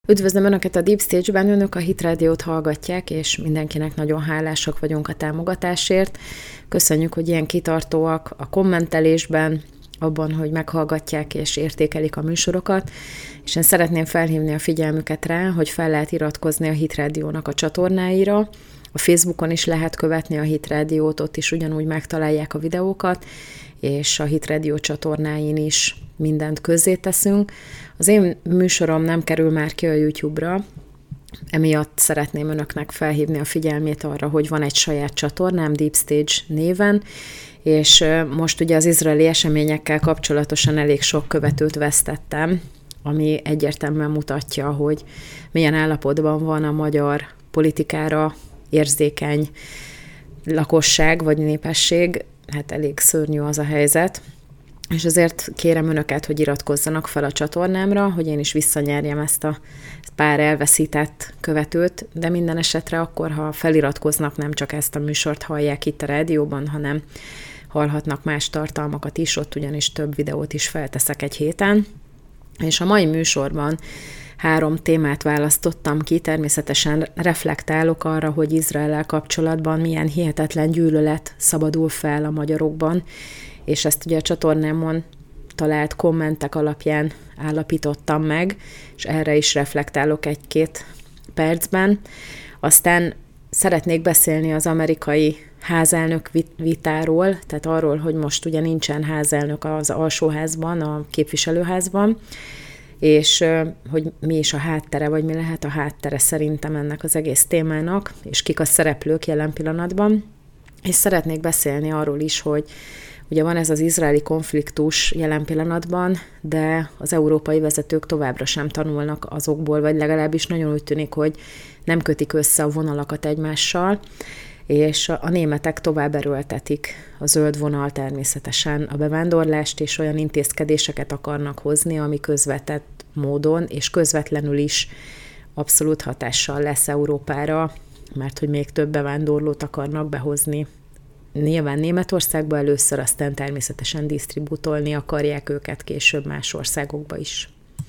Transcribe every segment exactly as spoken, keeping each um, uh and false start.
Üdvözlöm Önöket a Deep Stage-ben, Önök a Hit Rádiót hallgatják, és mindenkinek nagyon hálásak vagyunk a támogatásért. Köszönjük, hogy ilyen kitartóak a kommentelésben, abban, hogy meghallgatják és értékelik a műsorokat, és én szeretném felhívni a figyelmüket rá, hogy fel lehet iratkozni a Hit Rádiónak a csatornáira, a Facebookon is lehet követni a Hit Rádiót, ott is ugyanúgy megtalálják a videókat, és a Hit Rádió csatornáin is mindent közzéteszünk. Az én műsorom nem kerül már ki a YouTube-ra, emiatt szeretném Önöknek felhívni a figyelmét arra, hogy van egy saját csatornám, Deep Stage néven, és most ugye az izraeli eseményekkel kapcsolatosan elég sok követőt vesztettem, ami egyértelműen mutatja, hogy milyen állapotban van a magyar politikára érzékeny lakosság vagy népesség. Hát elég szörnyű az a helyzet, és ezért kérem Önöket, hogy iratkozzanak fel a csatornámra, hogy én is visszanyerjem ezt a pár elveszített követőt, de minden esetre akkor, ha feliratkoznak, nem csak ezt a műsort hallják itt a rádióban, hanem hallhatnak más tartalmakat is, ott ugyanis több videót is felteszek egy héten. És a mai műsorban három témát választottam ki, természetesen reflektálok arra, hogy Izraellel kapcsolatban milyen hihetetlen gyűlölet szabadul fel a magyarokban, és ezt ugye a csatornámon talált kommentek alapján állapítottam meg, és erre is reflektálok egy-két percben. Aztán szeretnék beszélni az amerikai házelnök vitáról, tehát arról, hogy most ugye nincsen házelnök az alsóházban, a képviselőházban, és hogy mi is a háttere, vagy mi lehet a háttere szerintem ennek az egész témának, és kik a szereplők jelen pillanatban. És szeretnék beszélni arról is, hogy ugye van ez az izraeli konfliktus jelen pillanatban, de az európai vezetők továbbra sem tanulnak azokból, vagy legalábbis nagyon úgy tűnik, hogy nem kötik össze a vonalakat egymással, és a németek tovább erőltetik a zöld vonal természetesen a bevándorlást, és olyan intézkedéseket akarnak hozni, ami közvetett módon, és közvetlenül is abszolút hatással lesz Európára, mert hogy még több bevándorlót akarnak behozni. Nyilván Németországba először, aztán természetesen disztribútolni akarják őket később más országokba is.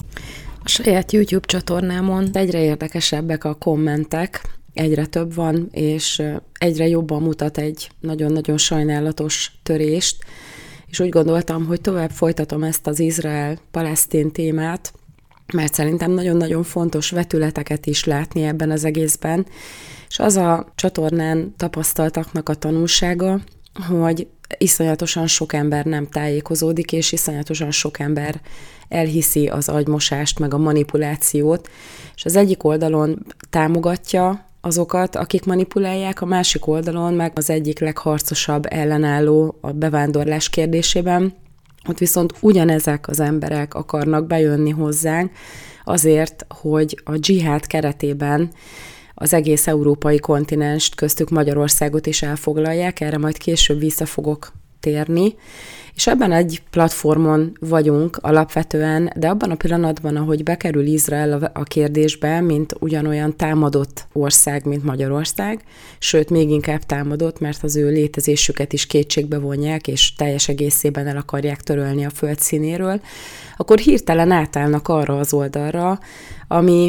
A saját YouTube csatornámon egyre érdekesebbek a kommentek, egyre több van, és egyre jobban mutat egy nagyon-nagyon sajnálatos törést, és úgy gondoltam, hogy tovább folytatom ezt az Izrael-Palesztin témát, mert szerintem nagyon-nagyon fontos vetületeket is látni ebben az egészben, és az a csatornán tapasztaltaknak a tanulsága, hogy iszonyatosan sok ember nem tájékozódik, és iszonyatosan sok ember elhiszi az agymosást, meg a manipulációt, és az egyik oldalon támogatja azokat, akik manipulálják, a másik oldalon meg az egyik legharcosabb ellenálló a bevándorlás kérdésében. Ott viszont ugyanezek az emberek akarnak bejönni hozzánk azért, hogy a dzsihád keretében az egész európai kontinenst, köztük Magyarországot is elfoglalják, erre majd később vissza fogok térni, és ebben egy platformon vagyunk alapvetően, de abban a pillanatban, ahogy bekerül Izrael a kérdésbe, mint ugyanolyan támadott ország, mint Magyarország, sőt, még inkább támadott, mert az ő létezésüket is kétségbe vonják, és teljes egészében el akarják törölni a föld színéről, akkor hirtelen átállnak arra az oldalra, ami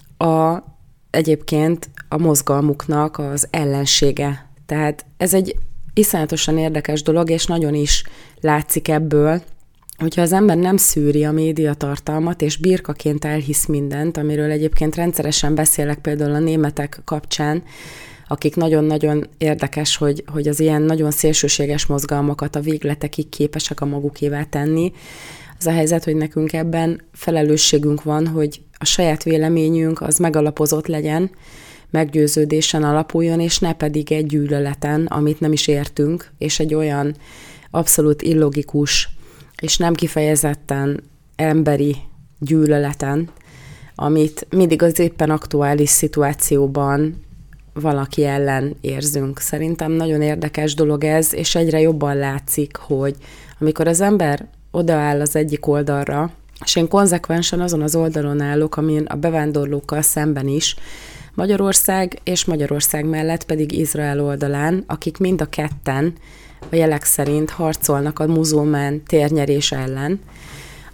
a, egyébként a mozgalmuknak az ellensége. Tehát ez egy iszonyatosan érdekes dolog, és nagyon is látszik ebből, hogyha az ember nem szűri a médiatartalmat, és birkaként elhisz mindent, amiről egyébként rendszeresen beszélek például a németek kapcsán, akik nagyon-nagyon érdekes, hogy, hogy az ilyen nagyon szélsőséges mozgalmakat a végletekig képesek a magukévá tenni. Az a helyzet, hogy nekünk ebben felelősségünk van, hogy a saját véleményünk az megalapozott legyen, meggyőződésen alapuljon, és ne pedig egy gyűlöleten, amit nem is értünk, és egy olyan abszolút illogikus, és nem kifejezetten emberi gyűlöleten, amit mindig az éppen aktuális szituációban valaki ellen érzünk. Szerintem nagyon érdekes dolog ez, és egyre jobban látszik, hogy amikor az ember odaáll az egyik oldalra, és én konzekvensen azon az oldalon állok, amin a bevándorlókkal szemben is, Magyarország és Magyarország mellett pedig Izrael oldalán, akik mind a ketten a jelek szerint harcolnak a muzulmán térnyerés ellen,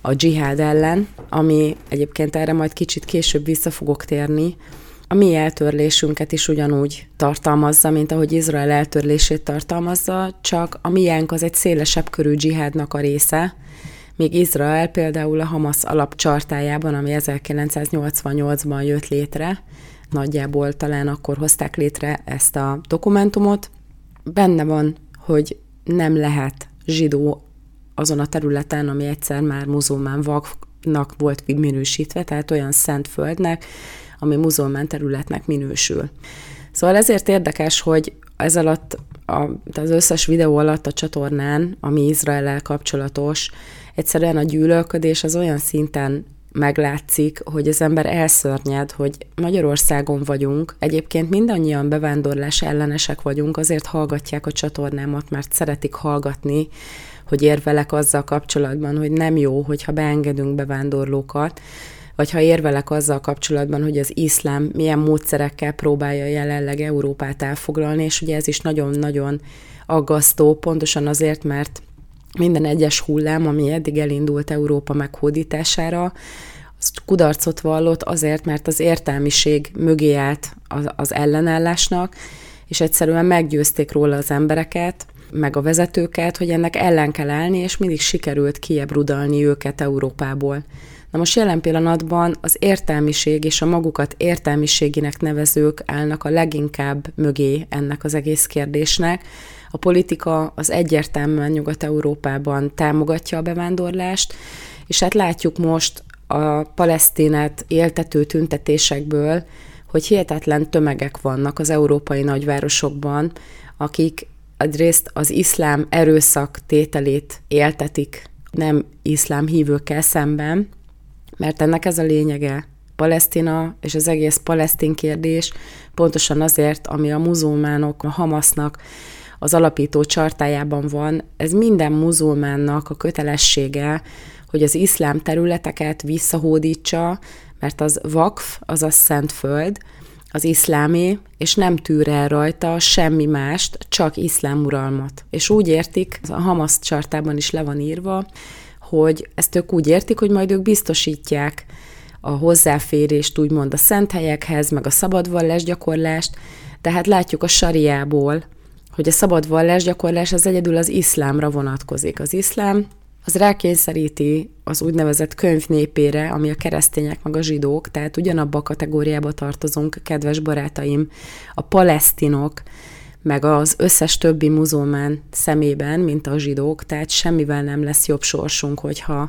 a dzsihád ellen, ami egyébként erre majd kicsit később vissza fogok térni, a mi eltörlésünket is ugyanúgy tartalmazza, mint ahogy Izrael eltörlését tartalmazza, csak a miénk az egy szélesebb körű dzsihádnak a része, míg Izrael például a Hamasz alapchartájában, ami ezerkilencszáznyolcvannyolcban jött létre, nagyjából talán akkor hozták létre ezt a dokumentumot, benne van, hogy nem lehet zsidó azon a területen, ami egyszer már muzulmán vakfnak volt minősítve, tehát olyan szent földnek, ami muzulmán területnek minősül. Szóval ezért érdekes, hogy ez alatt, a, az összes videó alatt a csatornán, ami Izraellel kapcsolatos, egyszerűen a gyűlölködés az olyan szinten meglátszik, hogy az ember elszörnyed, hogy Magyarországon vagyunk, egyébként mindannyian bevándorlás ellenesek vagyunk, azért hallgatják a csatornámat, mert szeretik hallgatni, hogy érvelek azzal kapcsolatban, hogy nem jó, hogyha beengedünk bevándorlókat, vagy ha érvelek azzal kapcsolatban, hogy az iszlám milyen módszerekkel próbálja jelenleg Európát elfoglalni, és ugye ez is nagyon-nagyon aggasztó, pontosan azért, mert minden egyes hullám, ami eddig elindult Európa meghódítására, az kudarcot vallott azért, mert az értelmiség mögé állt az, az ellenállásnak, és egyszerűen meggyőzték róla az embereket, meg a vezetőket, hogy ennek ellen kell állni, és mindig sikerült kijebb rudalni őket Európából. Na most jelen pillanatban az értelmiség és a magukat értelmiségének nevezők állnak a leginkább mögé ennek az egész kérdésnek. A politika az egyértelműen Nyugat-Európában támogatja a bevándorlást, és hát látjuk most a Palesztinet éltető tüntetésekből, hogy hihetetlen tömegek vannak az európai nagyvárosokban, akik egyrészt az iszlám erőszak tételét éltetik nem iszlám hívőkkel szemben, mert ennek ez a lényege. Palesztina és az egész palesztin kérdés pontosan azért, ami a muzulmánok, a Hamasznak az alapító chartájában van, ez minden muzulmánnak a kötelessége, hogy az iszlám területeket visszahódítsa, mert az vakf, azaz szent föld, az iszlámé, és nem tűr el rajta semmi mást, csak iszlám uralmat. És úgy értik, a Hamasz chartában is le van írva, hogy ezt ők úgy értik, hogy majd ők biztosítják a hozzáférést úgymond a szent helyekhez, meg a szabad vallásgyakorlást, de hát látjuk a sariából, hogy a szabad vallásgyakorlás az egyedül az iszlámra vonatkozik. Az iszlám az rákényszeríti az úgynevezett könyv népére, ami a keresztények meg a zsidók, tehát ugyanabba a kategóriába tartozunk, kedves barátaim, a palesztinok, meg az összes többi muzulmán szemében, mint a zsidók, tehát semmivel nem lesz jobb sorsunk, hogyha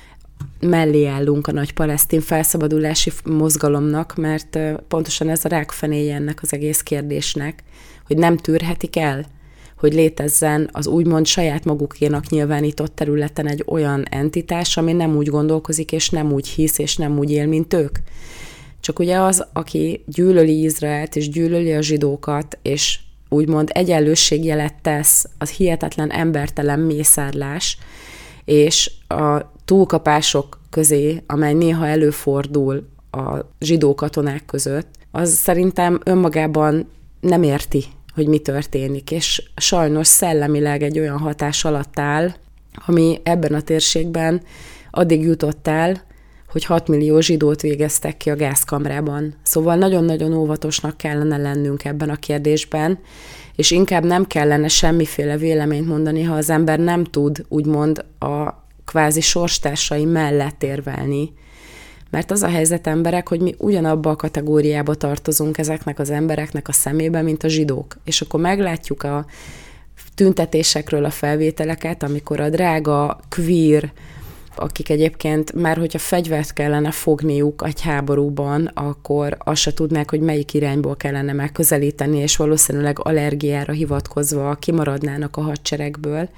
mellé állunk a nagy palesztin felszabadulási mozgalomnak, mert pontosan ez a rákfenéje ennek az egész kérdésnek, hogy nem tűrhetik el, hogy létezzen az úgymond saját magukénak nyilvánított területen egy olyan entitás, ami nem úgy gondolkozik, és nem úgy hisz, és nem úgy él, mint ők. Csak ugye az, aki gyűlöli Izraelt, és gyűlöli a zsidókat, és úgymond egyenlőségjelet tesz, az hihetetlen embertelen mészárlás, és a túlkapások közé, amely néha előfordul a zsidó katonák között, az szerintem önmagában nem érti, hogy mi történik, és sajnos szellemileg egy olyan hatás alatt áll, ami ebben a térségben addig jutott el, hogy hat millió zsidót végeztek ki a gázkamrában. Szóval nagyon-nagyon óvatosnak kellene lennünk ebben a kérdésben, és inkább nem kellene semmiféle véleményt mondani, ha az ember nem tud úgymond a kvázi sorstársai mellett érvelni. Mert az a helyzet, emberek, hogy mi ugyanabba a kategóriába tartozunk ezeknek az embereknek a szemébe, mint a zsidók. És akkor meglátjuk a tüntetésekről a felvételeket, amikor a drága queer, akik egyébként már, hogyha fegyvert kellene fogniuk egy háborúban, akkor azt se tudnák, hogy melyik irányból kellene megközelíteni, és valószínűleg allergiára hivatkozva kimaradnának a hadseregből.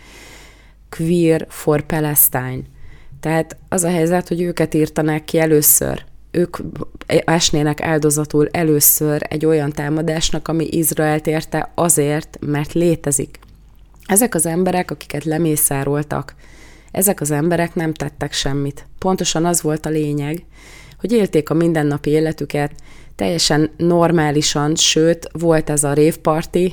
Queer for Palestine. Tehát az a helyzet, hogy őket írtanák ki először. Ők esnének áldozatul először egy olyan támadásnak, ami Izraelt érte azért, mert létezik. Ezek az emberek, akiket lemészároltak, ezek az emberek nem tettek semmit. Pontosan az volt a lényeg, hogy élték a mindennapi életüket teljesen normálisan, sőt, volt ez a rave party,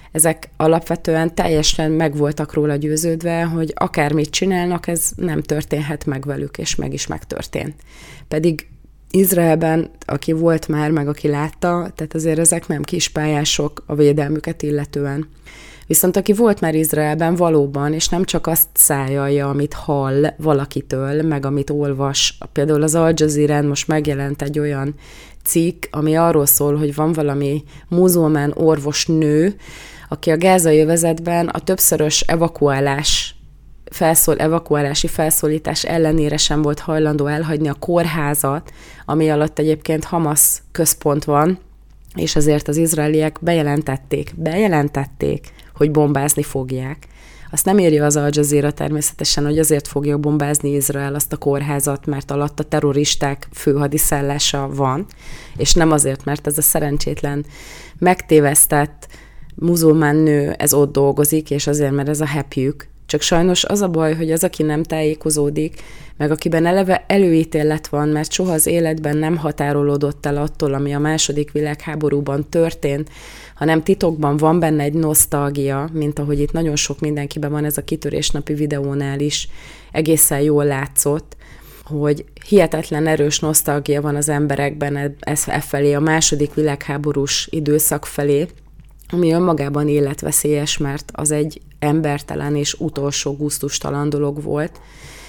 ezek alapvetően teljesen meg voltak róla győződve, hogy akármit csinálnak, ez nem történhet meg velük, és meg is megtörtént. Pedig Izraelben, aki volt már, meg aki látta, tehát azért ezek nem kispályások a védelmüket illetően. Viszont aki volt már Izraelben valóban, és nem csak azt szájalja, amit hall valakitől, meg amit olvas. Például az Al Jazeera-n most megjelent egy olyan cikk, ami arról szól, hogy van valami muzulmán orvosnő, aki a gázai övezetben a többszörös evakuálás, felszól, evakuálási felszólítás ellenére sem volt hajlandó elhagyni a kórházat, ami alatt egyébként Hamas központ van, és azért az izraeliek bejelentették, bejelentették, hogy bombázni fogják. Azt nem írja az Al Jazeera természetesen, hogy azért fogja bombázni Izrael azt a kórházat, mert alatt a terroristák főhadiszállása van, és nem azért, mert ez a szerencsétlen, megtévesztett muzulmán nő, ez ott dolgozik, és azért, mert ez a happyjük. Csak sajnos az a baj, hogy az, aki nem tájékozódik, meg akiben eleve előítélet van, mert soha az életben nem határolódott el attól, ami a második világháborúban történt, hanem titokban van benne egy nosztalgia, mint ahogy itt nagyon sok mindenkiben van, ez a kitörésnapi videónál is egészen jól látszott, hogy hihetetlen erős nosztalgia van az emberekben ez e felé, a második világháborús időszak felé, ami önmagában életveszélyes, mert az egy embertelen és utolsó gusztustalan dolog volt,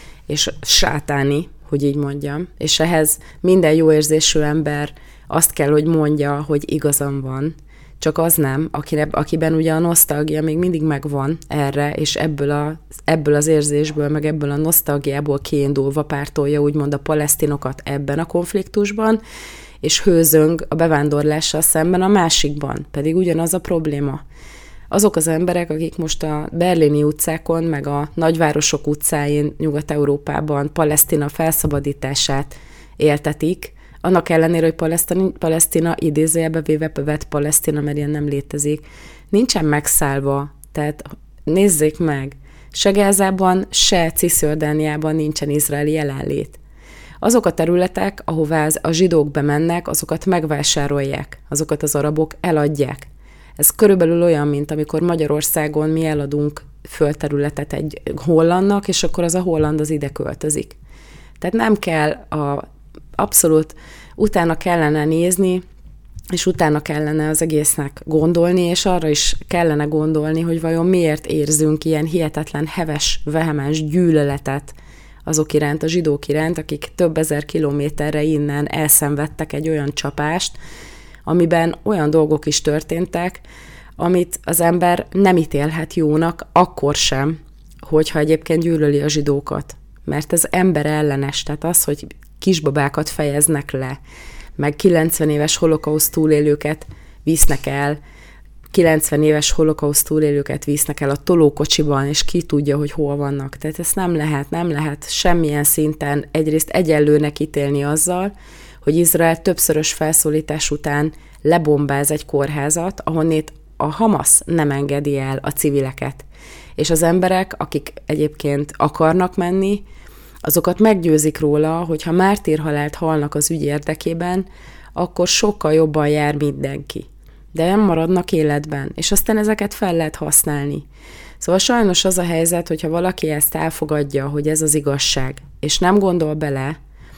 és sátáni, hogy így mondjam, és ehhez minden jó érzésű ember azt kell, hogy mondja, hogy igazam van, csak az nem, akire, akiben ugye a nosztalgia még mindig megvan erre, és ebből, a, ebből az érzésből, meg ebből a nosztalgiából kiindulva pártolja úgymond a palesztinokat ebben a konfliktusban, és hőzöng a bevándorlással szemben a másikban, pedig ugyanaz a probléma. Azok az emberek, akik most a berlini utcákon, meg a nagyvárosok utcáin Nyugat-Európában Palesztina felszabadítását éltetik, annak ellenére, hogy Palesztina, Palesztina idézőjelbe véve vett Palesztina, mert ilyen nem létezik, nincsen megszállva. Tehát nézzék meg, se Gázában, se Cisjordániában nincsen izraeli jelenlét. Azok a területek, ahová a zsidók bemennek, azokat megvásárolják, azokat az arabok eladják. Ez körülbelül olyan, mint amikor Magyarországon mi eladunk földterületet egy hollandnak, és akkor az a holland az ide költözik. Tehát nem kell, a, abszolút utána kellene nézni, és utána kellene az egésznek gondolni, és arra is kellene gondolni, hogy vajon miért érzünk ilyen hihetetlen, heves, vehemens gyűlöletet azok iránt, a zsidók iránt, akik több ezer kilométerre innen elszenvedtek egy olyan csapást, amiben olyan dolgok is történtek, amit az ember nem ítélhet jónak, akkor sem, hogyha egyébként gyűlöli a zsidókat. Mert ez ember ellenes, tehát az, hogy kisbabákat fejeznek le, meg kilencven éves holokauszt túlélőket visznek el, kilencven éves holokauszt túlélőket visznek el a tolókocsiban, és ki tudja, hogy hol vannak. Tehát ezt nem lehet, nem lehet semmilyen szinten egyrészt egyenlőnek ítélni azzal, hogy Izrael többszörös felszólítás után lebombáz egy kórházat, ahonnét a Hamas nem engedi el a civileket. És az emberek, akik egyébként akarnak menni, azokat meggyőzik róla, hogy ha mártírhalált halnak az ügy érdekében, akkor sokkal jobban jár mindenki. De nem maradnak életben, és aztán ezeket fel lehet használni. Szóval sajnos az a helyzet, hogyha valaki ezt elfogadja, hogy ez az igazság, és nem gondol bele,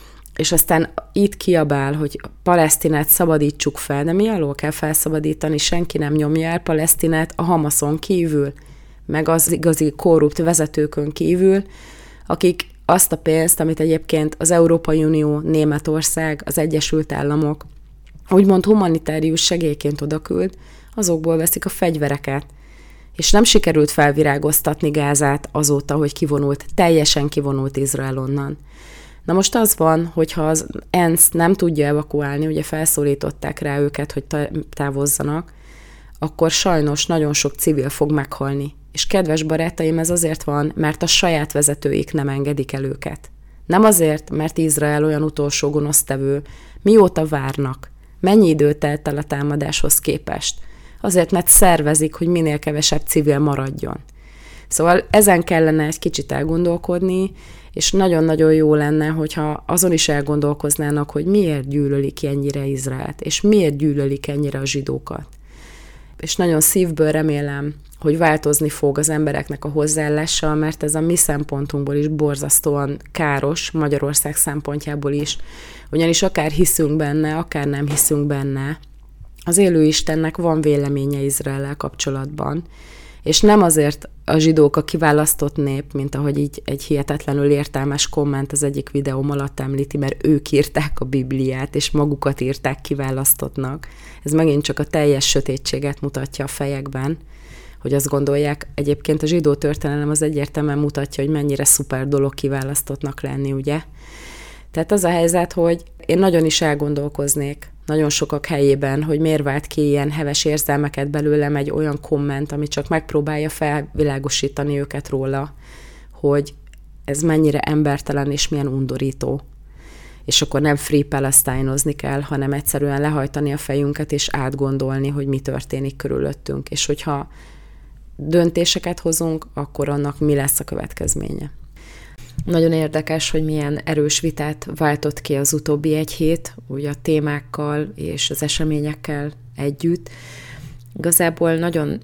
és aztán itt kiabál, hogy Palesztinát szabadítsuk fel, de mi alól kell felszabadítani, senki nem nyomja el Palesztinát a Hamaszon kívül, meg az igazi korrupt vezetőkön kívül, akik azt a pénzt, amit egyébként az Európai Unió, Németország, az Egyesült Államok úgymond humanitárius segélyként odaküld, azokból veszik a fegyvereket. És nem sikerült felvirágoztatni Gázát azóta, hogy kivonult, teljesen kivonult Izrael onnan. Na most az van, hogyha az ENSZ nem tudja evakuálni, ugye felszólították rá őket, hogy távozzanak, akkor sajnos nagyon sok civil fog meghalni. És kedves barátaim, ez azért van, mert a saját vezetőik nem engedik el őket. Nem azért, mert Izrael olyan utolsó gonosztevő. Mióta várnak? Mennyi idő telt el a támadáshoz képest? Azért, mert szervezik, hogy minél kevesebb civil maradjon. Szóval ezen kellene egy kicsit elgondolkodni, és nagyon-nagyon jó lenne, hogyha azon is elgondolkoznának, hogy miért gyűlölik ennyire Izraelt, és miért gyűlölik ennyire a zsidókat. és nagyon szívből remélem, hogy változni fog az embereknek a hozzáállása, mert ez a mi szempontunkból is borzasztóan káros, Magyarország szempontjából is. Ugyanis akár hiszünk benne, akár nem hiszünk benne, az élő Istennek van véleménye Izraellel kapcsolatban, és nem azért a zsidók a kiválasztott nép, mint ahogy így egy hihetetlenül értelmes komment az egyik videóm alatt említi, mert ők írták a Bibliát, és magukat írták kiválasztottnak. Ez megint csak a teljes sötétséget mutatja a fejekben, hogy azt gondolják, egyébként a zsidó történelem az egyértelműen mutatja, hogy mennyire szuper dolog kiválasztottnak lenni, ugye? Tehát az a helyzet, hogy én nagyon is elgondolkoznék nagyon sokak helyében, hogy miért vált ki ilyen heves érzelmeket belőlem egy olyan komment, ami csak megpróbálja felvilágosítani őket róla, hogy ez mennyire embertelen és milyen undorító. És akkor nem free palestine-ozni kell, hanem egyszerűen lehajtani a fejünket és átgondolni, hogy mi történik körülöttünk. És hogyha döntéseket hozunk, akkor annak mi lesz a következménye. Nagyon érdekes, hogy milyen erős vitát váltott ki az utóbbi egy hét, ugye a témákkal és az eseményekkel együtt. Igazából nagyon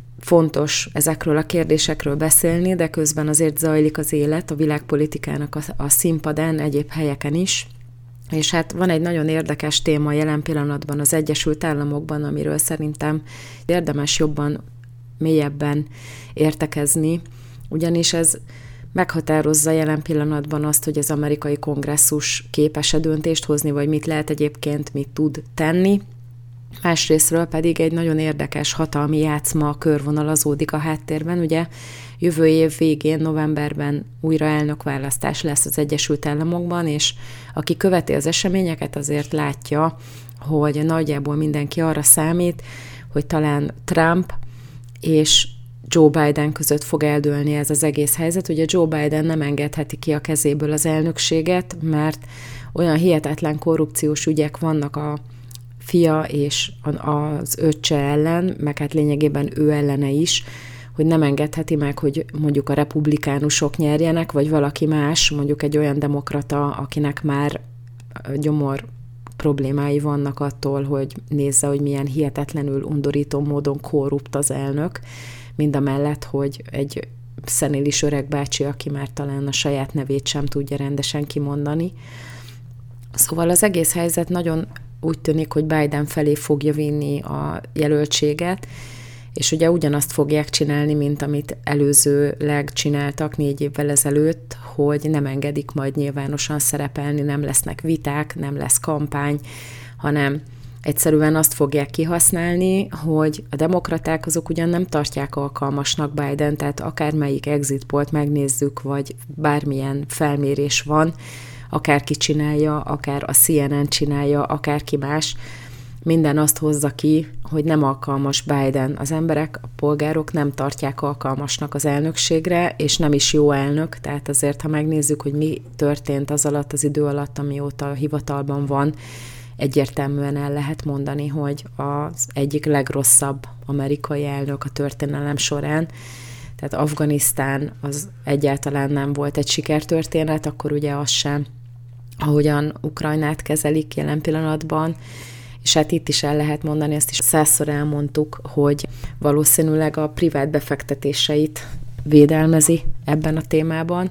fontos ezekről a kérdésekről beszélni, de közben azért zajlik az élet a világpolitikának a, a színpadán, egyéb helyeken is. És hát van egy nagyon érdekes téma jelen pillanatban az Egyesült Államokban, amiről szerintem érdemes jobban, mélyebben értekezni, ugyanis ez meghatározza jelen pillanatban azt, hogy az amerikai kongresszus képes-e döntést hozni, vagy mit lehet egyébként, mit tud tenni. Másrésztről pedig egy nagyon érdekes hatalmi játszma körvonalazódik a háttérben. Ugye jövő év végén, novemberben újra elnökválasztás lesz az Egyesült Államokban, és aki követi az eseményeket, azért látja, hogy nagyjából mindenki arra számít, hogy talán Trump és Joe Biden között fog eldőlni ez az egész helyzet. Ugye Joe Biden nem engedheti ki a kezéből az elnökséget, mert olyan hihetetlen korrupciós ügyek vannak a fia és az öccse ellen, meg hát lényegében ő ellene is, hogy nem engedheti meg, hogy mondjuk a republikánusok nyerjenek, vagy valaki más, mondjuk egy olyan demokrata, akinek már gyomor problémái vannak attól, hogy nézze, hogy milyen hihetetlenül undorító módon korrupt az elnök, mindamellett, hogy egy szenilis öreg bácsi, aki már talán a saját nevét sem tudja rendesen kimondani. Szóval az egész helyzet nagyon úgy tűnik, hogy Biden felé fogja vinni a jelöltséget, és ugye ugyanazt fogják csinálni, mint amit előzőleg csináltak négy évvel ezelőtt, hogy nem engedik majd nyilvánosan szerepelni, nem lesznek viták, nem lesz kampány, hanem egyszerűen azt fogják kihasználni, hogy a demokraták azok ugyan nem tartják alkalmasnak Biden, tehát akármelyik exit polt megnézzük, vagy bármilyen felmérés van, akárki csinálja, akár a C N N csinálja, akárki más, minden azt hozza ki, hogy nem alkalmas Biden. Az emberek, a polgárok nem tartják alkalmasnak az elnökségre, és nem is jó elnök, tehát azért, ha megnézzük, hogy mi történt az alatt, az idő alatt, amióta a hivatalban van, egyértelműen el lehet mondani, hogy az egyik legrosszabb amerikai elnök a történelem során. Tehát Afganisztán az egyáltalán nem volt egy sikertörténet, akkor ugye az sem, ahogyan Ukrajnát kezelik jelen pillanatban, és hát itt is el lehet mondani, ezt is százszor elmondtuk, hogy valószínűleg a privát befektetéseit védelmezi ebben a témában,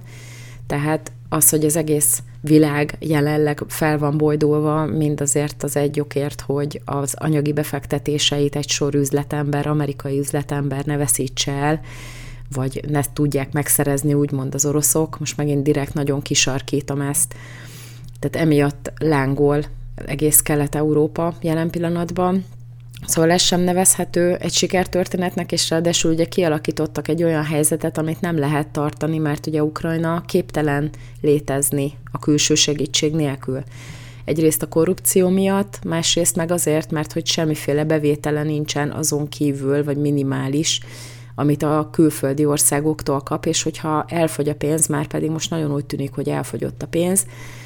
tehát az, hogy az egész világ jelenleg fel van bojdulva, mindazért az egy okért, hogy az anyagi befektetéseit egy sor üzletember, amerikai üzletember ne veszítse el, vagy ne tudják megszerezni, úgymond az oroszok. Most megint direkt nagyon kisarkítom ezt. Tehát emiatt lángol egész Kelet-Európa jelen pillanatban. Szóval ez sem nevezhető egy sikertörténetnek, és ráadásul ugye kialakítottak egy olyan helyzetet, amit nem lehet tartani, mert ugye Ukrajna képtelen létezni a külső segítség nélkül. Egyrészt a korrupció miatt, másrészt meg azért, mert hogy semmiféle bevétele nincsen azon kívül, vagy minimális, amit a külföldi országoktól kap, és hogyha elfogy a pénz, már pedig most nagyon úgy tűnik, hogy elfogyott a pénz,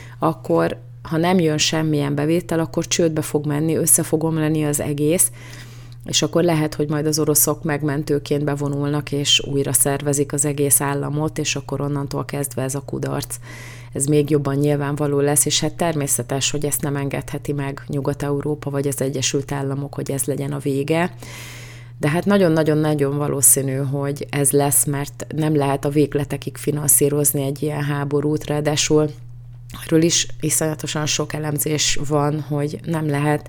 akkor ha nem jön semmilyen bevétel, akkor csődbe fog menni, össze fog omlani az egész, és akkor lehet, hogy majd az oroszok megmentőként bevonulnak, és újra szervezik az egész államot, és akkor onnantól kezdve ez a kudarc. Ez még jobban nyilvánvaló lesz, és hát természetes, hogy ezt nem engedheti meg Nyugat-Európa, vagy az Egyesült Államok, hogy ez legyen a vége. De hát nagyon-nagyon-nagyon valószínű, hogy ez lesz, mert nem lehet a végletekig finanszírozni egy ilyen háborút, ráadásul erről is iszonyatosan sok elemzés van, hogy nem lehet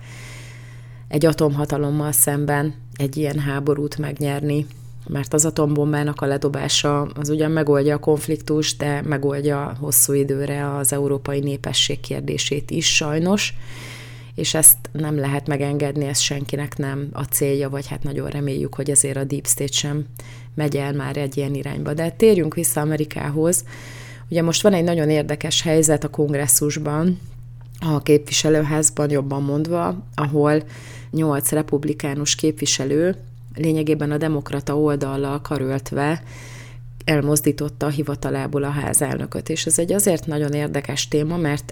egy atomhatalommal szemben egy ilyen háborút megnyerni, mert az atombombának a ledobása az ugyan megoldja a konfliktust, de megoldja hosszú időre az európai népesség kérdését is sajnos, és ezt nem lehet megengedni, ez senkinek nem a célja, vagy hát nagyon reméljük, hogy ezért a Deep State sem megy el már egy ilyen irányba. De térjünk vissza Amerikához. Ugye most van egy nagyon érdekes helyzet a kongresszusban, a képviselőházban jobban mondva, ahol nyolc republikánus képviselő lényegében a demokrata oldallal karöltve elmozdította a hivatalából a házelnököt. És ez egy azért nagyon érdekes téma, mert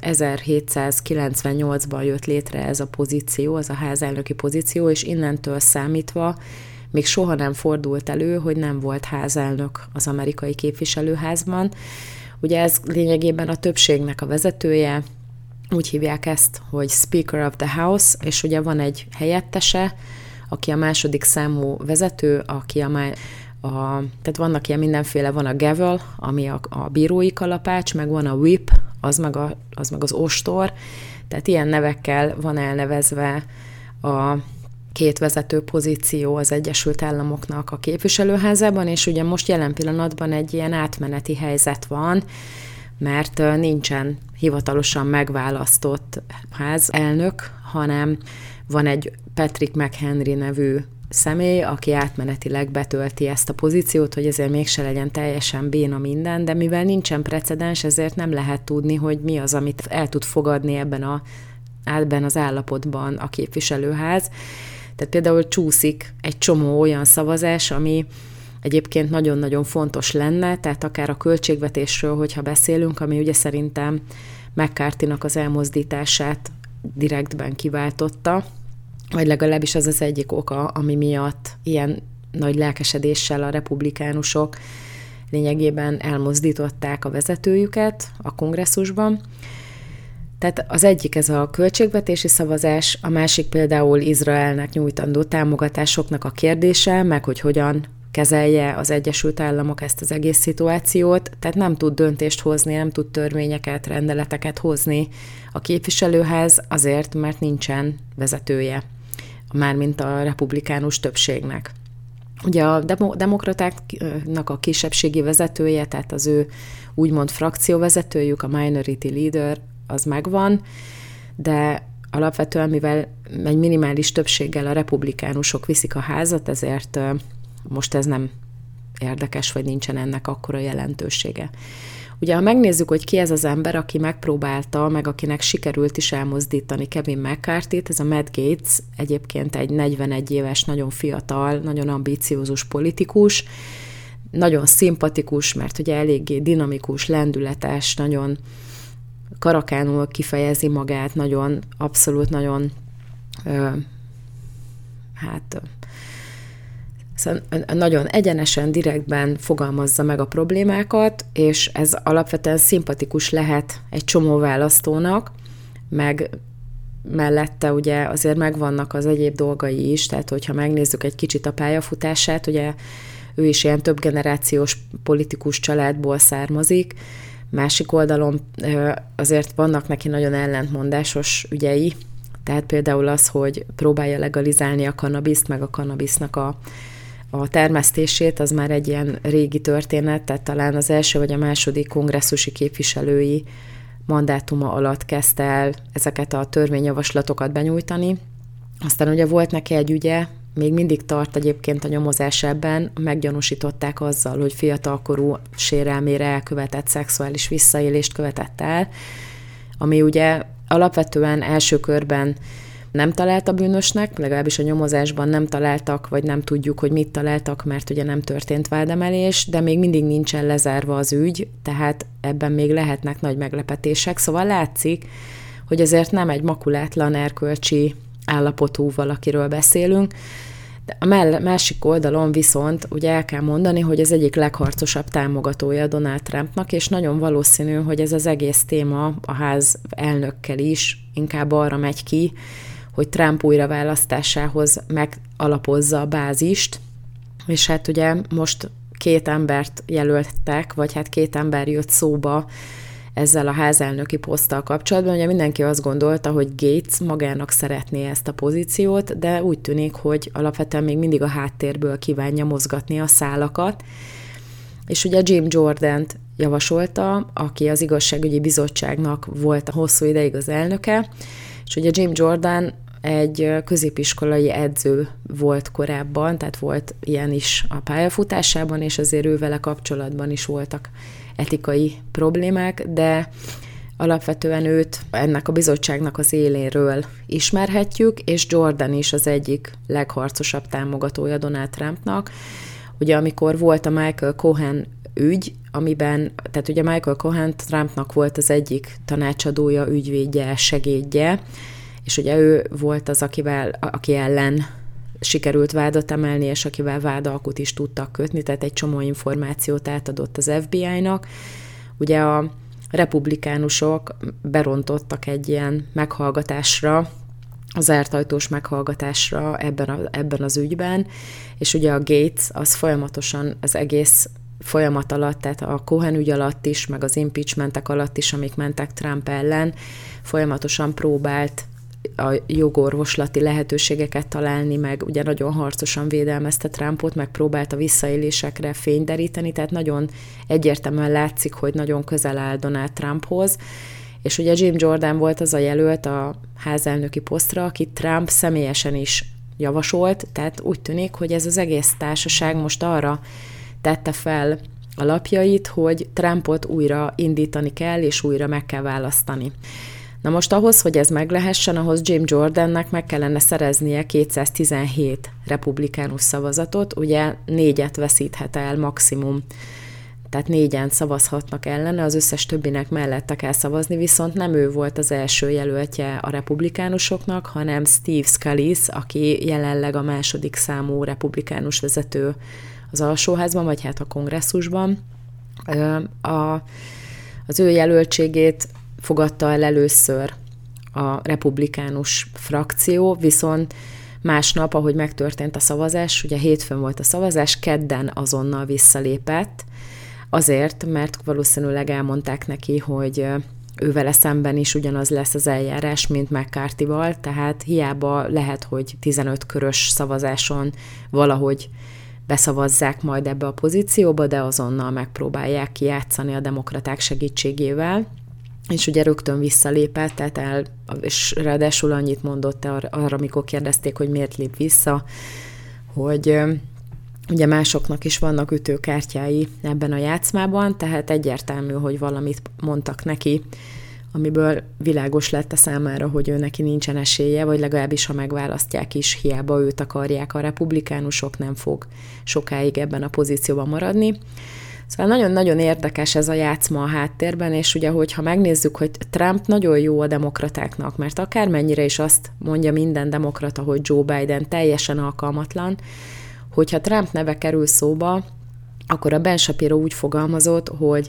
ezerhétszázkilencvennyolcban jött létre ez a pozíció, az a házelnöki pozíció, és innentől számítva még soha nem fordult elő, hogy nem volt házelnök az amerikai képviselőházban. Ugye ez lényegében a többségnek a vezetője, úgy hívják ezt, hogy Speaker of the House, és ugye van egy helyettese, aki a második számú vezető, aki a, a tehát vannak ilyen mindenféle, van a gavel, ami a, a bírói kalapács, meg van a whip, az meg, a, az meg az ostor, tehát ilyen nevekkel van elnevezve a két vezető pozíció az Egyesült Államoknak a képviselőházában, és ugye most jelen pillanatban egy ilyen átmeneti helyzet van, mert nincsen hivatalosan megválasztott házelnök, hanem van egy Patrick McHenry nevű személy, aki átmenetileg betölti ezt a pozíciót, hogy ezért mégse legyen teljesen béna minden, de mivel nincsen precedens, ezért nem lehet tudni, hogy mi az, amit el tud fogadni ebben, a, ebben az állapotban a képviselőház. Tehát például csúszik egy csomó olyan szavazás, ami egyébként nagyon-nagyon fontos lenne, tehát akár a költségvetésről, hogyha beszélünk, ami ugye szerintem McCarthynak az elmozdítását direktben kiváltotta, vagy legalábbis az az egyik oka, ami miatt ilyen nagy lelkesedéssel a republikánusok lényegében elmozdították a vezetőjüket a kongresszusban. Tehát az egyik ez a költségvetési szavazás, a másik például Izraelnek nyújtandó támogatásoknak a kérdése, meg hogy hogyan kezelje az Egyesült Államok ezt az egész szituációt, tehát nem tud döntést hozni, nem tud törvényeket, rendeleteket hozni a képviselőház azért, mert nincsen vezetője, mármint a republikánus többségnek. Ugye a demokratáknak a kisebbségi vezetője, tehát az ő úgymond frakcióvezetőjük, a minority leader, az megvan, de alapvetően, mivel egy minimális többséggel a republikánusok viszik a házat, ezért most ez nem érdekes, vagy nincsen ennek akkora jelentősége. Ugye, ha megnézzük, hogy ki ez az ember, aki megpróbálta, meg akinek sikerült is elmozdítani Kevin McCarthyt, ez a Matt Gaetz, egyébként egy negyvenegy éves, nagyon fiatal, nagyon ambíciózus politikus, nagyon szimpatikus, mert ugye eléggé dinamikus, lendületes, nagyon karakánul kifejezi magát, nagyon, abszolút nagyon ö, hát szóval nagyon egyenesen, direktben fogalmazza meg a problémákat, és ez alapvetően szimpatikus lehet egy csomó választónak, meg mellette ugye azért megvannak az egyéb dolgai is, tehát hogyha megnézzük egy kicsit a pályafutását, ugye ő is ilyen több generációs politikus családból származik, másik oldalon azért vannak neki nagyon ellentmondásos ügyei, tehát például az, hogy próbálja legalizálni a kannabiszt, meg a kannabisznak a, a termesztését, az már egy ilyen régi történet, tehát talán az első vagy a második kongresszusi képviselői mandátuma alatt kezdte el ezeket a törvényjavaslatokat benyújtani. Aztán ugye volt neki egy ügye, még mindig tart egyébként a nyomozás ebben, meggyanúsították azzal, hogy fiatalkorú sérelmére elkövetett szexuális visszaélést követett el, ami ugye alapvetően első körben nem találta bűnösnek, legalábbis a nyomozásban nem találtak, vagy nem tudjuk, hogy mit találtak, mert ugye nem történt vádemelés, de még mindig nincsen lezárva az ügy, tehát ebben még lehetnek nagy meglepetések, szóval látszik, hogy azért nem egy makulátlan erkölcsi állapotú valakiről beszélünk, de a másik oldalon viszont ugye el kell mondani, hogy az egyik legharcosabb támogatója Donald Trumpnak, és nagyon valószínű, hogy ez az egész téma a ház elnökkel is inkább arra megy ki, hogy Trump újraválasztásához megalapozza a bázist, és hát ugye most két embert jelöltek, vagy hát két ember jött szóba ezzel a házelnöki poszttal kapcsolatban. Ugye mindenki azt gondolta, hogy Gates magának szeretné ezt a pozíciót, de úgy tűnik, hogy alapvetően még mindig a háttérből kívánja mozgatni a szálakat. És ugye Jim Jordant javasolta, aki az igazságügyi bizottságnak volt a hosszú ideig az elnöke, és ugye Jim Jordan egy középiskolai edző volt korábban, tehát volt ilyen is a pályafutásában, és azért ő vele kapcsolatban is voltak etikai problémák, de alapvetően őt ennek a bizottságnak az éléről ismerhetjük, és Jordan is az egyik legharcosabb támogatója Donald Trumpnak. Ugye amikor volt a Michael Cohen ügy, amiben, tehát ugye Michael Cohen Trumpnak volt az egyik tanácsadója, ügyvédje, segédje, és ugye ő volt az, akivel, aki ellen sikerült vádat emelni, és akivel vádalkut is tudtak kötni, tehát egy csomó információt átadott az ef bé i-nak. Ugye a republikánusok berontottak egy ilyen meghallgatásra, az zártajtós meghallgatásra ebben, a, ebben az ügyben, és ugye a Gates az folyamatosan az egész folyamat alatt, tehát a Cohen ügy alatt is, meg az impeachmentek alatt is, amik mentek Trump ellen, folyamatosan próbált a jogorvoslati lehetőségeket találni, meg ugye nagyon harcosan védelmezte Trumpot, meg próbálta visszaélésekre fényt deríteni, tehát nagyon egyértelműen látszik, hogy nagyon közel áll Donald Trumphoz, és ugye Jim Jordan volt az a jelölt a házelnöki posztra, akit Trump személyesen is javasolt, tehát úgy tűnik, hogy ez az egész társaság most arra tette fel a lapjait, hogy Trumpot újra indítani kell, és újra meg kell választani. Na most ahhoz, hogy ez meg lehessen, ahhoz Jim Jordannek meg kellene szereznie kétszáztizenhét republikánus szavazatot, ugye négyet veszíthet el maximum, tehát négyen szavazhatnak ellene, az összes többinek mellette kell szavazni, viszont nem ő volt az első jelöltje a republikánusoknak, hanem Steve Scalise, aki jelenleg a második számú republikánus vezető az alsóházban, vagy hát a kongresszusban. A, az ő jelöltségét fogadta el először a republikánus frakció, viszont másnap, ahogy megtörtént a szavazás, ugye hétfőn volt a szavazás, kedden azonnal visszalépett, azért, mert valószínűleg elmondták neki, hogy ő vele szemben is ugyanaz lesz az eljárás, mint McCarthyval, tehát hiába lehet, hogy tizenöt körös szavazáson valahogy beszavazzák majd ebbe a pozícióba, de azonnal megpróbálják kijátszani a demokraták segítségével, és ugye rögtön visszalépett, tehát el, és ráadásul annyit mondott arra, arra, amikor kérdezték, hogy miért lép vissza, hogy ugye másoknak is vannak ütőkártyái ebben a játszmában, tehát egyértelmű, hogy valamit mondtak neki, amiből világos lett a számára, hogy ő neki nincsen esélye, vagy legalábbis, ha megválasztják is, hiába őt akarják a republikánusok, nem fog sokáig ebben a pozícióban maradni. Szóval nagyon-nagyon érdekes ez a játszma a háttérben, és ugye, hogyha megnézzük, hogy Trump nagyon jó a demokratáknak, mert akármennyire is azt mondja minden demokrata, hogy Joe Biden teljesen alkalmatlan, hogyha Trump neve kerül szóba, akkor a Ben Shapiro úgy fogalmazott, hogy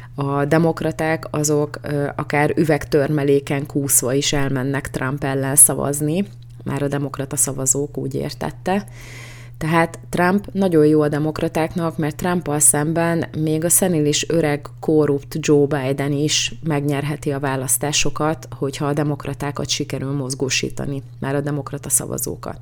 a demokraták azok akár üvegtörmeléken kúszva is elmennek Trump ellen szavazni, már a demokrata szavazók úgy értette. Tehát Trump nagyon jó a demokratáknak, mert Trumpal szemben még a szenilis öreg korrupt Joe Biden is megnyerheti a választásokat, hogyha a demokratákat sikerül mozgósítani, már a demokrata szavazókat.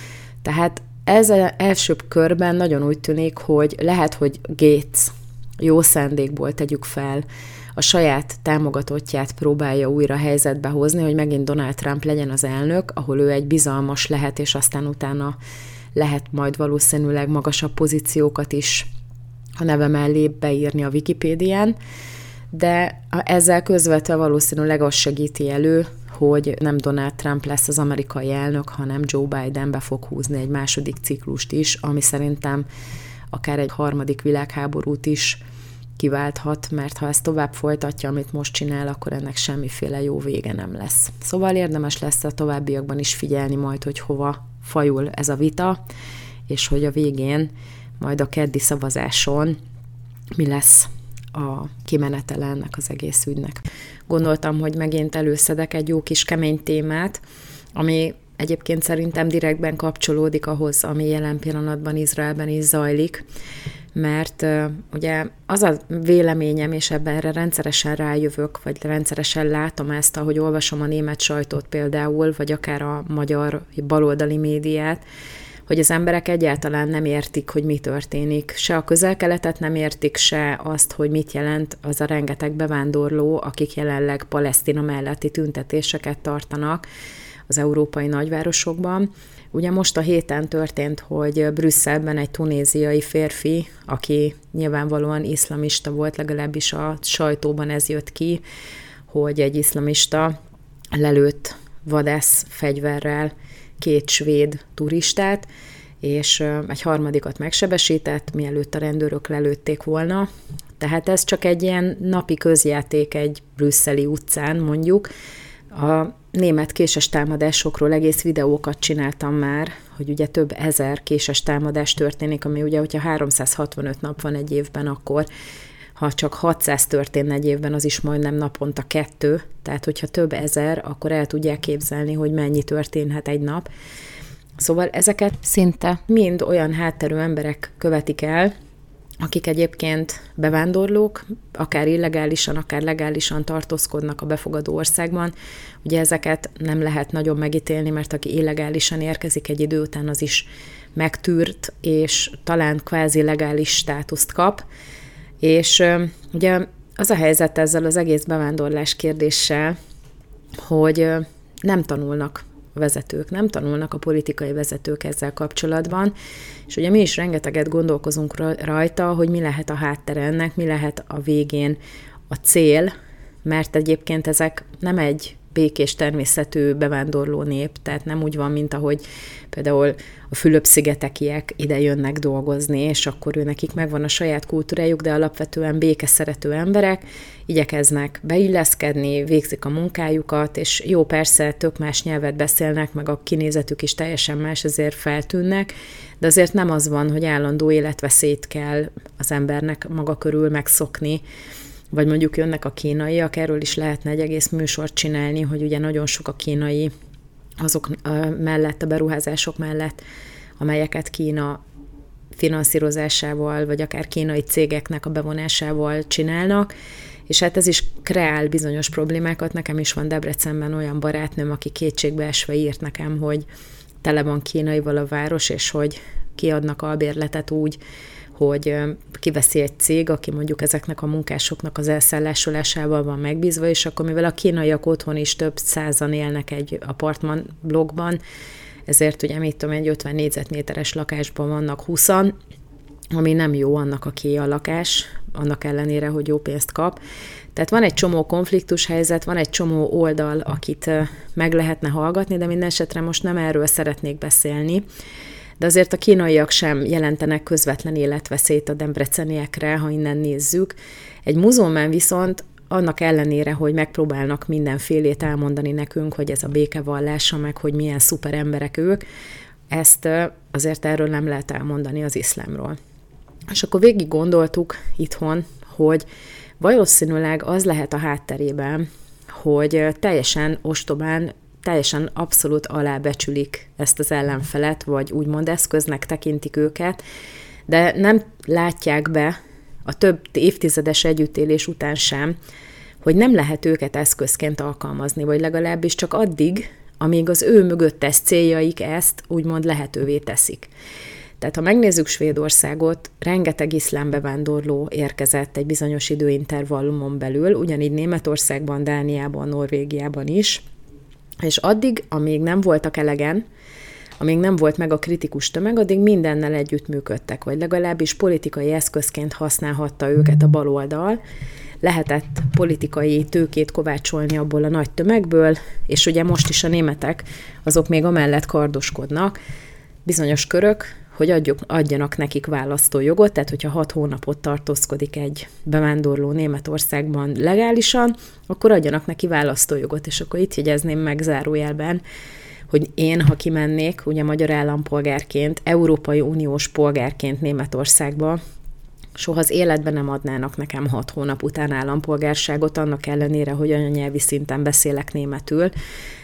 Tehát ez az első körben nagyon úgy tűnik, hogy lehet, hogy Gates jó szándékból tegyük fel, a saját támogatottját próbálja újra helyzetbe hozni, hogy megint Donald Trump legyen az elnök, ahol ő egy bizalmas lehet, és aztán utána lehet majd valószínűleg magasabb pozíciókat is a neve mellé beírni a Wikipédián, de ezzel közvetve valószínűleg az segíti elő, hogy nem Donald Trump lesz az amerikai elnök, hanem Joe Biden be fog húzni egy második ciklust is, ami szerintem akár egy harmadik világháborút is kiválthat, mert ha ezt tovább folytatja, amit most csinál, akkor ennek semmiféle jó vége nem lesz. Szóval érdemes lesz a továbbiakban is figyelni majd, hogy hova fajul ez a vita, és hogy a végén, majd a keddi szavazáson mi lesz a kimenetele ennek az egész ügynek. Gondoltam, hogy megint előszedek egy jó kis kemény témát, ami egyébként szerintem direktben kapcsolódik ahhoz, ami jelen pillanatban Izraelben is zajlik, mert uh, ugye az a véleményem, és ebben erre rendszeresen rájövök, vagy rendszeresen látom ezt, ahogy olvasom a német sajtót például, vagy akár a magyar baloldali médiát, hogy az emberek egyáltalán nem értik, hogy mi történik. Se a Közel-Keletet nem értik, se azt, hogy mit jelent az a rengeteg bevándorló, akik jelenleg Palesztina melletti tüntetéseket tartanak az európai nagyvárosokban. Ugye most a héten történt, hogy Brüsszelben egy tunéziai férfi, aki nyilvánvalóan iszlamista volt, legalábbis a sajtóban ez jött ki, hogy egy iszlamista lelőtt vadász fegyverrel két svéd turistát, és egy harmadikat megsebesített, mielőtt a rendőrök lelőtték volna. Tehát ez csak egy ilyen napi közjáték egy brüsszeli utcán, mondjuk. A német késes támadásokról egész videókat csináltam már, hogy ugye több ezer késes támadás történik, ami ugye, hogyha háromszázhatvanöt nap van egy évben, akkor ha csak hatszáz történne egy évben, az is majdnem naponta kettő, tehát hogyha több ezer, akkor el tudják képzelni, hogy mennyi történhet egy nap. Szóval ezeket szinte mind olyan hátterű emberek követik el, akik egyébként bevándorlók, akár illegálisan, akár legálisan tartózkodnak a befogadó országban. Ugye ezeket nem lehet nagyon megítélni, mert aki illegálisan érkezik egy idő után, az is megtűrt, és talán kvázi legális státuszt kap. És ugye az a helyzet ezzel az egész bevándorlás kérdéssel, hogy nem tanulnak a vezetők, nem tanulnak a politikai vezetők ezzel kapcsolatban, és ugye mi is rengeteget gondolkozunk rajta, hogy mi lehet a háttere ennek, mi lehet a végén a cél, mert egyébként ezek nem egy békés természetű bevándorló nép, tehát nem úgy van, mint ahogy például a Fülöp-szigetekiek ide jönnek dolgozni, és akkor ő nekik megvan a saját kultúrájuk, de alapvetően békeszerető emberek, igyekeznek beilleszkedni, végzik a munkájukat, és jó, persze tök más nyelvet beszélnek, meg a kinézetük is teljesen más, ezért feltűnnek, de azért nem az van, hogy állandó életveszélyt kell az embernek maga körül megszokni, vagy mondjuk jönnek a kínaiak, erről is lehetne egy egész műsort csinálni, hogy ugye nagyon sok a kínai azok mellett, a beruházások mellett, amelyeket Kína finanszírozásával, vagy akár kínai cégeknek a bevonásával csinálnak, és hát ez is kreál bizonyos problémákat. Nekem is van Debrecenben olyan barátnőm, aki kétségbeesve írt nekem, hogy tele van kínaival a város, és hogy kiadnak albérletet úgy, hogy kiveszi egy cég, aki mondjuk ezeknek a munkásoknak az elszállásolásával van megbízva, és akkor mivel a kínaiak otthon is több százan élnek egy apartman blokkban, ezért ugye mit tudom, egy ötven négyzetméteres lakásban vannak húszan, ami nem jó annak, aki a lakás, annak ellenére, hogy jó pénzt kap. Tehát van egy csomó konfliktus helyzet, van egy csomó oldal, akit meg lehetne hallgatni, de minden esetre most nem erről szeretnék beszélni. De azért a kínaiak sem jelentenek közvetlen életveszélyt a debreceniekre, ha innen nézzük. Egy muzulmán viszont annak ellenére, hogy megpróbálnak mindenfélét elmondani nekünk, hogy ez a békevallása, meg hogy milyen szuper emberek ők, ezt azért erről nem lehet elmondani az iszlámról. És akkor végig gondoltuk itthon, hogy valószínűleg az lehet a hátterében, hogy teljesen ostobán, teljesen abszolút alábecsülik ezt az ellenfelet, vagy úgymond eszköznek tekintik őket, de nem látják be a több évtizedes együttélés után sem, hogy nem lehet őket eszközként alkalmazni, vagy legalábbis csak addig, amíg az ő mögöttes céljaik ezt úgymond lehetővé teszik. Tehát ha megnézzük Svédországot, rengeteg iszlám bevándorló érkezett egy bizonyos időintervallumon belül, ugyanígy Németországban, Dániában, Norvégiában is, és addig, amíg nem voltak elegen, amíg nem volt meg a kritikus tömeg, addig mindennel együttműködtek, vagy legalábbis politikai eszközként használhatta őket a baloldal, lehetett politikai tőkét kovácsolni abból a nagy tömegből, és ugye most is a németek, azok még amellett kardoskodnak, bizonyos körök, hogy adjuk, adjanak nekik választójogot, tehát hogyha hat hónapot tartózkodik egy bevándorló Németországban legálisan, akkor adjanak neki választójogot, és akkor itt jegyezném meg zárójelben, hogy én, ha kimennék, ugye magyar állampolgárként, Európai Uniós polgárként Németországba, soha az életben nem adnának nekem hat hónap után állampolgárságot, annak ellenére, hogy anyanyelvi szinten beszélek németül,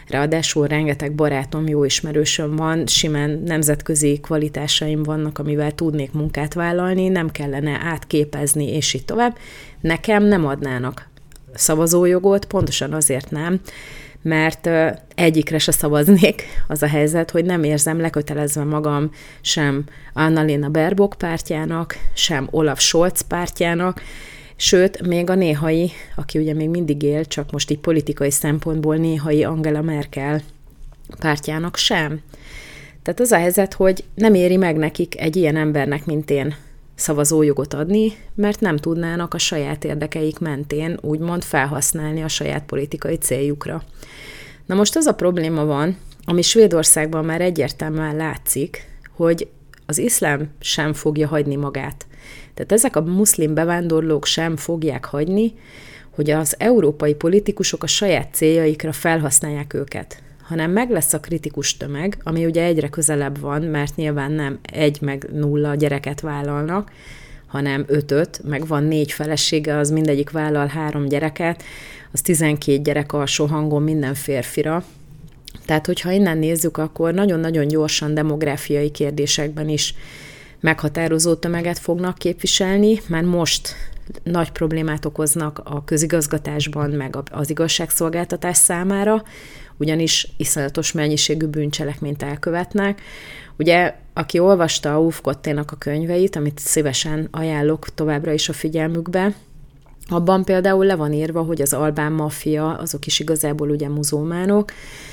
Ráadásul rengeteg barátom, jó ismerősöm van, simán nemzetközi kvalitásaim vannak, amivel tudnék munkát vállalni, nem kellene átképezni, és így tovább. Nekem nem adnának szavazójogot, pontosan azért nem, mert egyikre se szavaznék. Az a helyzet, hogy nem érzem lekötelezve magam sem Annalena Baerbock pártjának, sem Olaf Scholz pártjának, sőt, még a néhai, aki ugye még mindig él, csak most így politikai szempontból néhai Angela Merkel pártjának sem. Tehát az a helyzet, hogy nem éri meg nekik egy ilyen embernek, mint én, szavazójogot adni, mert nem tudnának a saját érdekeik mentén úgymond felhasználni a saját politikai céljukra. Na most az a probléma van, ami Svédországban már egyértelműen látszik, hogy az iszlám sem fogja hagyni magát. Tehát ezek a muszlim bevándorlók sem fogják hagyni, hogy az európai politikusok a saját céljaikra felhasználják őket, hanem meg lesz a kritikus tömeg, ami ugye egyre közelebb van, mert nyilván nem egy meg nulla gyereket vállalnak, hanem ötöt, meg van négy felesége, az mindegyik vállal három gyereket, az tizenkét gyerek alsó hangon minden férfira. Tehát, hogyha innen nézzük, akkor nagyon-nagyon gyorsan demográfiai kérdésekben is meghatározó tömeget fognak képviselni, már most nagy problémát okoznak a közigazgatásban, meg az igazságszolgáltatás számára, ugyanis iszonyatos mennyiségű bűncselekményt elkövetnek. Ugye, aki olvasta a Ulf Kotténak a könyveit, amit szívesen ajánlok továbbra is a figyelmükbe, abban például le van írva, hogy az albán maffia, azok is igazából ugye muzulmánok,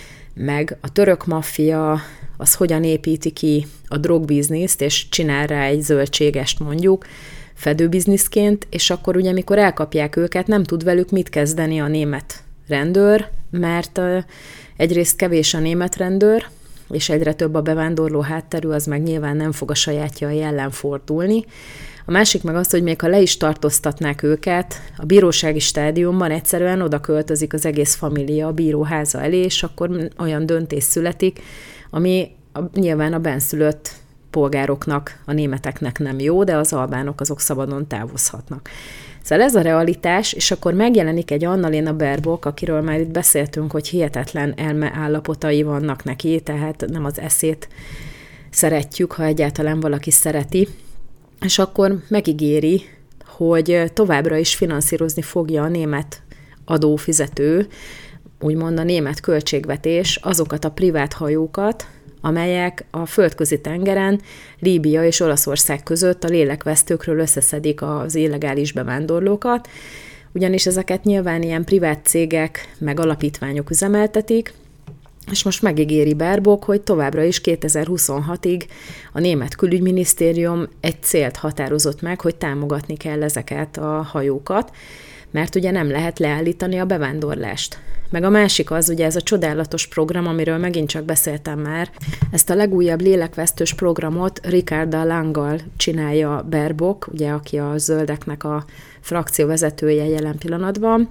meg a török maffia, az hogyan építi ki a drogbizniszt, és csinál rá egy zöldségest mondjuk, fedőbizniszként, és akkor ugye, amikor elkapják őket, nem tud velük mit kezdeni a német rendőr, mert uh, egyrészt kevés a német rendőr, és egyre több a bevándorló hátterű, az meg nyilván nem fog a sajátjai ellen fordulni. A másik meg az, hogy még ha le is tartóztatnák őket, a bírósági stádiumban egyszerűen oda költözik az egész família a bíróháza elé, és akkor olyan döntés születik, ami a, nyilván a benszülött polgároknak, a németeknek nem jó, de az albánok azok szabadon távozhatnak. Szóval ez a realitás, és akkor megjelenik egy Annalena Baerbock, akiről már itt beszéltünk, hogy hihetetlen elme állapotai vannak neki, tehát nem az eszét szeretjük, ha egyáltalán valaki szereti, és akkor megígéri, hogy továbbra is finanszírozni fogja a német adófizető, úgymond a német költségvetés azokat a privát hajókat, amelyek a földközi tengeren, Líbia és Olaszország között a lélekvesztőkről összeszedik az illegális bevándorlókat, ugyanis ezeket nyilván ilyen privát cégek meg alapítványok üzemeltetik, és most megígéri Baerbock, hogy továbbra is kétezer-huszonhatig a német külügyminisztérium egy célt határozott meg, hogy támogatni kell ezeket a hajókat, mert ugye nem lehet leállítani a bevándorlást. Meg a másik az, ugye ez a csodálatos program, amiről megint csak beszéltem már, ezt a legújabb lélekvesztős programot Ricarda Langgal csinálja Baerbock, ugye, aki a zöldeknek a frakcióvezetője jelen pillanatban.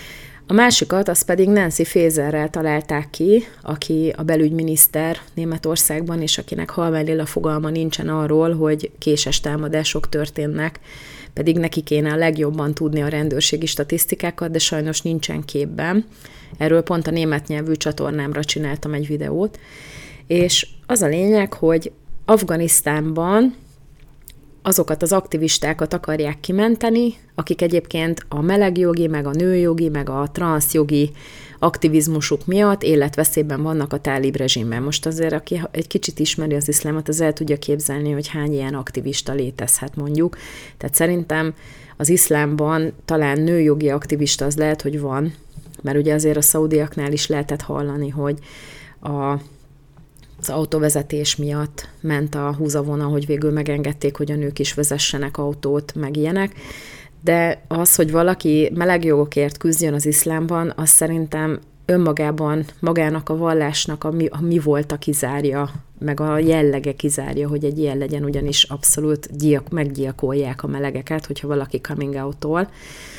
A másikat, az pedig Nancy Faeserrel találták ki, aki a belügyminiszter Németországban, és akinek halványlila fogalma nincsen arról, hogy késes támadások történnek, pedig neki kéne a legjobban tudni a rendőrségi statisztikákat, de sajnos nincsen képben. Erről pont a német nyelvű csatornámra csináltam egy videót. És az a lényeg, hogy Afganisztánban azokat az aktivistákat akarják kimenteni, akik egyébként a melegjogi, meg a nőjogi, meg a transzjogi aktivizmusuk miatt életveszélyben vannak a tálib rezsimben. Most azért, aki egy kicsit ismeri az iszlámot, az el tudja képzelni, hogy hány ilyen aktivista létezhet mondjuk. Tehát szerintem az iszlámban talán nőjogi aktivista az lehet, hogy van, mert ugye azért a szaudiaknál is lehetett hallani, hogy a az autóvezetés miatt ment a húzavona, hogy végül megengedték, hogy a nők is vezessenek autót, meg ilyenek. De az, hogy valaki melegjogokért küzdjön az iszlámban, az szerintem önmagában, magának a vallásnak a mi, a mi volt a kizárja, meg a jellege kizárja, hogy egy ilyen legyen, ugyanis abszolút gyilk, meggyilkolják a melegeket, hogyha valaki coming out-tól,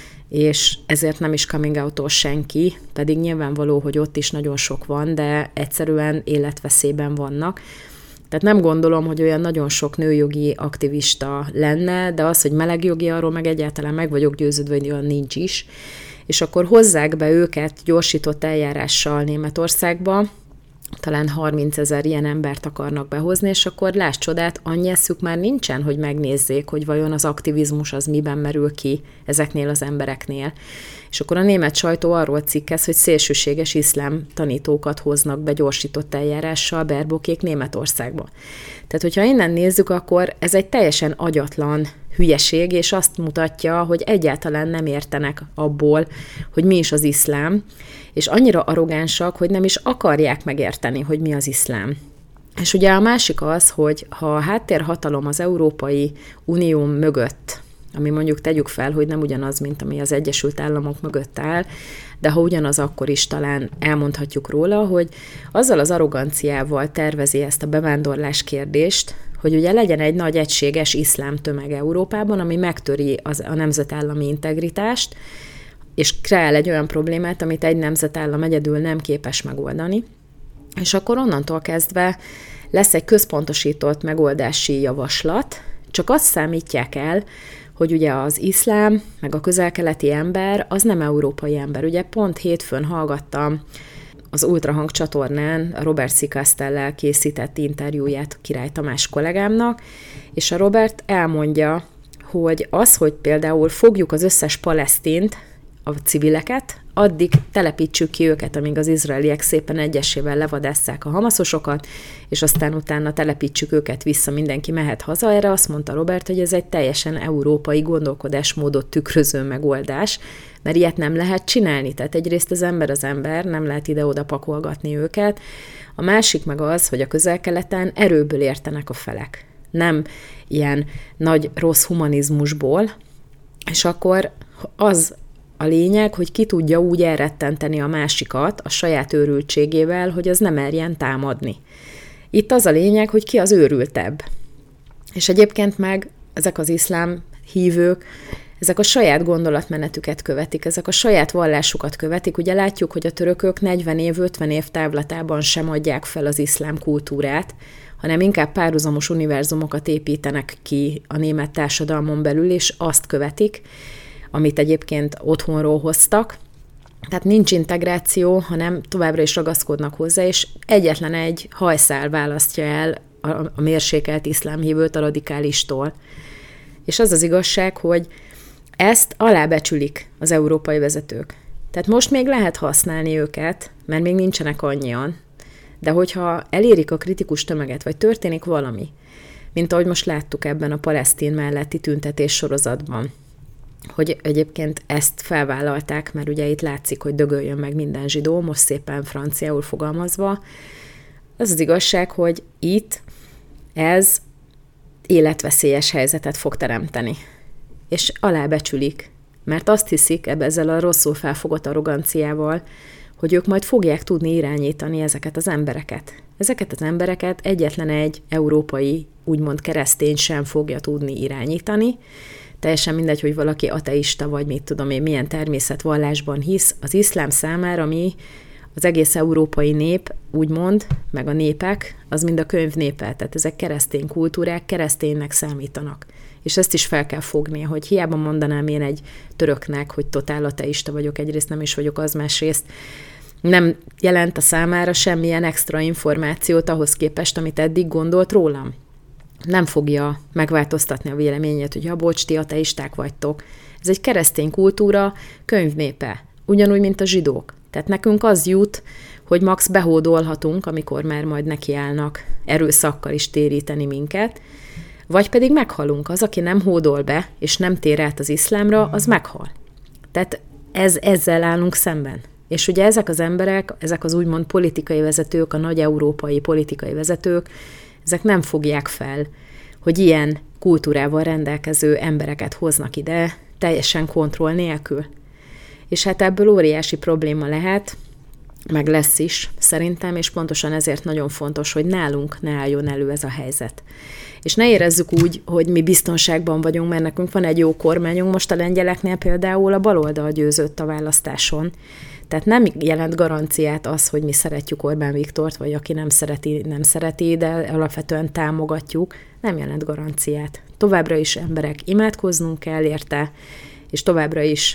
és ezért nem is coming out-tól senki, pedig nyilvánvaló, hogy ott is nagyon sok van, de egyszerűen életveszélyben vannak. Tehát nem gondolom, hogy olyan nagyon sok nőjogi aktivista lenne, de az, hogy melegjogi, arról meg egyáltalán meg vagyok győződve, hogy olyan nincs is. és akkor hozzák be őket gyorsított eljárással Németországba, talán harmincezer ilyen embert akarnak behozni, és akkor láss csodát, annyi eszük már nincsen, hogy megnézzék, hogy vajon az aktivizmus az miben merül ki ezeknél az embereknél. És akkor a német sajtó arról cikkez, hogy szélsőséges iszlám tanítókat hoznak be gyorsított eljárással Baerbokék Németországba. Tehát, hogyha innen nézzük, akkor ez egy teljesen agyatlan hülyeség, és azt mutatja, hogy egyáltalán nem értenek abból, hogy mi is az iszlám, és annyira arrogánsak, hogy nem is akarják megérteni, hogy mi az iszlám. És ugye a másik az, hogy ha a háttérhatalom az Európai Unió mögött, ami mondjuk tegyük fel, hogy nem ugyanaz, mint ami az Egyesült Államok mögött áll, de ha ugyanaz, akkor is talán elmondhatjuk róla, hogy azzal az arroganciával tervezi ezt a bevándorlás kérdést, hogy ugye legyen egy nagy egységes iszlám tömeg Európában, ami megtöri az, a nemzetállami integritást, és kreál egy olyan problémát, amit egy nemzetállam egyedül nem képes megoldani, és akkor onnantól kezdve lesz egy központosított megoldási javaslat, csak azt számítják el, hogy ugye az iszlám, meg a közel-keleti ember, az nem európai ember. Ugye pont hétfőn hallgattam az Ultrahang csatornán a Robert C. Castellel készített interjúját Király Tamás kollégámnak, és a Robert elmondja, hogy az, hogy például fogjuk az összes palesztint, a civileket, addig telepítsük ki őket, amíg az izraeliek szépen egyesével levadásszák a hamaszosokat, és aztán utána telepítsük őket vissza, mindenki mehet haza. Erre azt mondta Robert, hogy ez egy teljesen európai gondolkodásmódot tükröző megoldás, mert ilyet nem lehet csinálni. Tehát egyrészt az ember az ember, nem lehet ide-oda pakolgatni őket. A másik meg az, hogy a Közel-Keleten erőből értenek a felek. Nem ilyen nagy rossz humanizmusból, és akkor az a lényeg, hogy ki tudja úgy elrettenteni a másikat a saját őrültségével, hogy az nem merjen támadni. Itt az a lényeg, hogy ki az őrültebb. És egyébként meg ezek az iszlám hívők, ezek a saját gondolatmenetüket követik, ezek a saját vallásukat követik. Ugye látjuk, hogy a törökök negyven év, ötven év távlatában sem adják fel az iszlám kultúrát, hanem inkább párhuzamos univerzumokat építenek ki a német társadalmon belül, és azt követik, amit egyébként otthonról hoztak. Tehát nincs integráció, hanem továbbra is ragaszkodnak hozzá, és egyetlen egy hajszál választja el a, a mérsékelt iszlámhívőt a radikálistól. És az az igazság, hogy ezt alábecsülik az európai vezetők. Tehát most még lehet használni őket, mert még nincsenek annyian, de hogyha elérik a kritikus tömeget, vagy történik valami, mint ahogy most láttuk ebben a palesztin melletti tüntetés sorozatban, hogy egyébként ezt felvállalták, mert ugye itt látszik, hogy dögöljön meg minden zsidó, most szépen franciául fogalmazva. Az az igazság, hogy itt ez életveszélyes helyzetet fog teremteni. És alábecsülik, mert azt hiszik ebbe ezzel a rosszul felfogott arroganciával, hogy ők majd fogják tudni irányítani ezeket az embereket. Ezeket az embereket egyetlen egy európai, úgymond keresztény sem fogja tudni irányítani. Teljesen mindegy, hogy valaki ateista, vagy mit tudom én, milyen természetvallásban hisz. Az iszlám számára mi, az egész európai nép, úgymond, meg a népek, az mind a könyv népe, tehát ezek keresztény kultúrák, kereszténynek számítanak. És ezt is fel kell fogni, hogy hiába mondanám én egy töröknek, hogy totál ateista vagyok, egyrészt nem is vagyok, az másrészt nem jelent a számára semmilyen extra információt ahhoz képest, amit eddig gondolt rólam. Nem fogja megváltoztatni a véleményét, hogy ha bocs, ti ateisták vagytok. Ez egy keresztény kultúra, könyvnépe, ugyanúgy, mint a zsidók. Tehát nekünk az jut, hogy max behódolhatunk, amikor már majd nekiállnak erőszakkal is téríteni minket, vagy pedig meghalunk. Az, aki nem hódol be, és nem tér át az iszlámra, az meghal. Tehát ez, ezzel állunk szemben. És ugye ezek az emberek, ezek az úgymond politikai vezetők, a nagy európai politikai vezetők, ezek nem fogják fel, hogy ilyen kultúrával rendelkező embereket hoznak ide, teljesen kontroll nélkül. És hát ebből óriási probléma lehet, meg lesz is szerintem, és pontosan ezért nagyon fontos, hogy nálunk ne álljon elő ez a helyzet. És ne érezzük úgy, hogy mi biztonságban vagyunk, mert nekünk van egy jó kormányunk, most a lengyeleknél például a baloldal győzött a választáson. Tehát nem jelent garanciát az, hogy mi szeretjük Orbán Viktort, vagy aki nem szereti, nem szereti, de alapvetően támogatjuk, nem jelent garanciát. Továbbra is emberek imádkoznunk kell érte, és továbbra is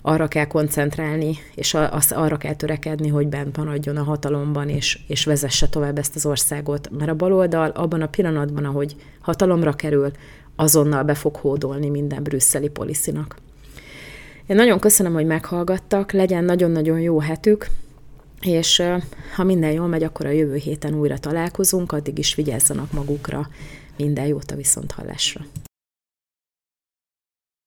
arra kell koncentrálni, és az, arra kell törekedni, hogy bent maradjon a hatalomban, és, és vezesse tovább ezt az országot. Mert a baloldal abban a pillanatban, ahogy hatalomra kerül, azonnal be fog hódolni minden brüsszeli policynak. Én nagyon köszönöm, hogy meghallgattak, legyen nagyon-nagyon jó hetük, és ha minden jól megy, akkor a jövő héten újra találkozunk, addig is vigyázzanak magukra. Minden jót a viszonthallásra!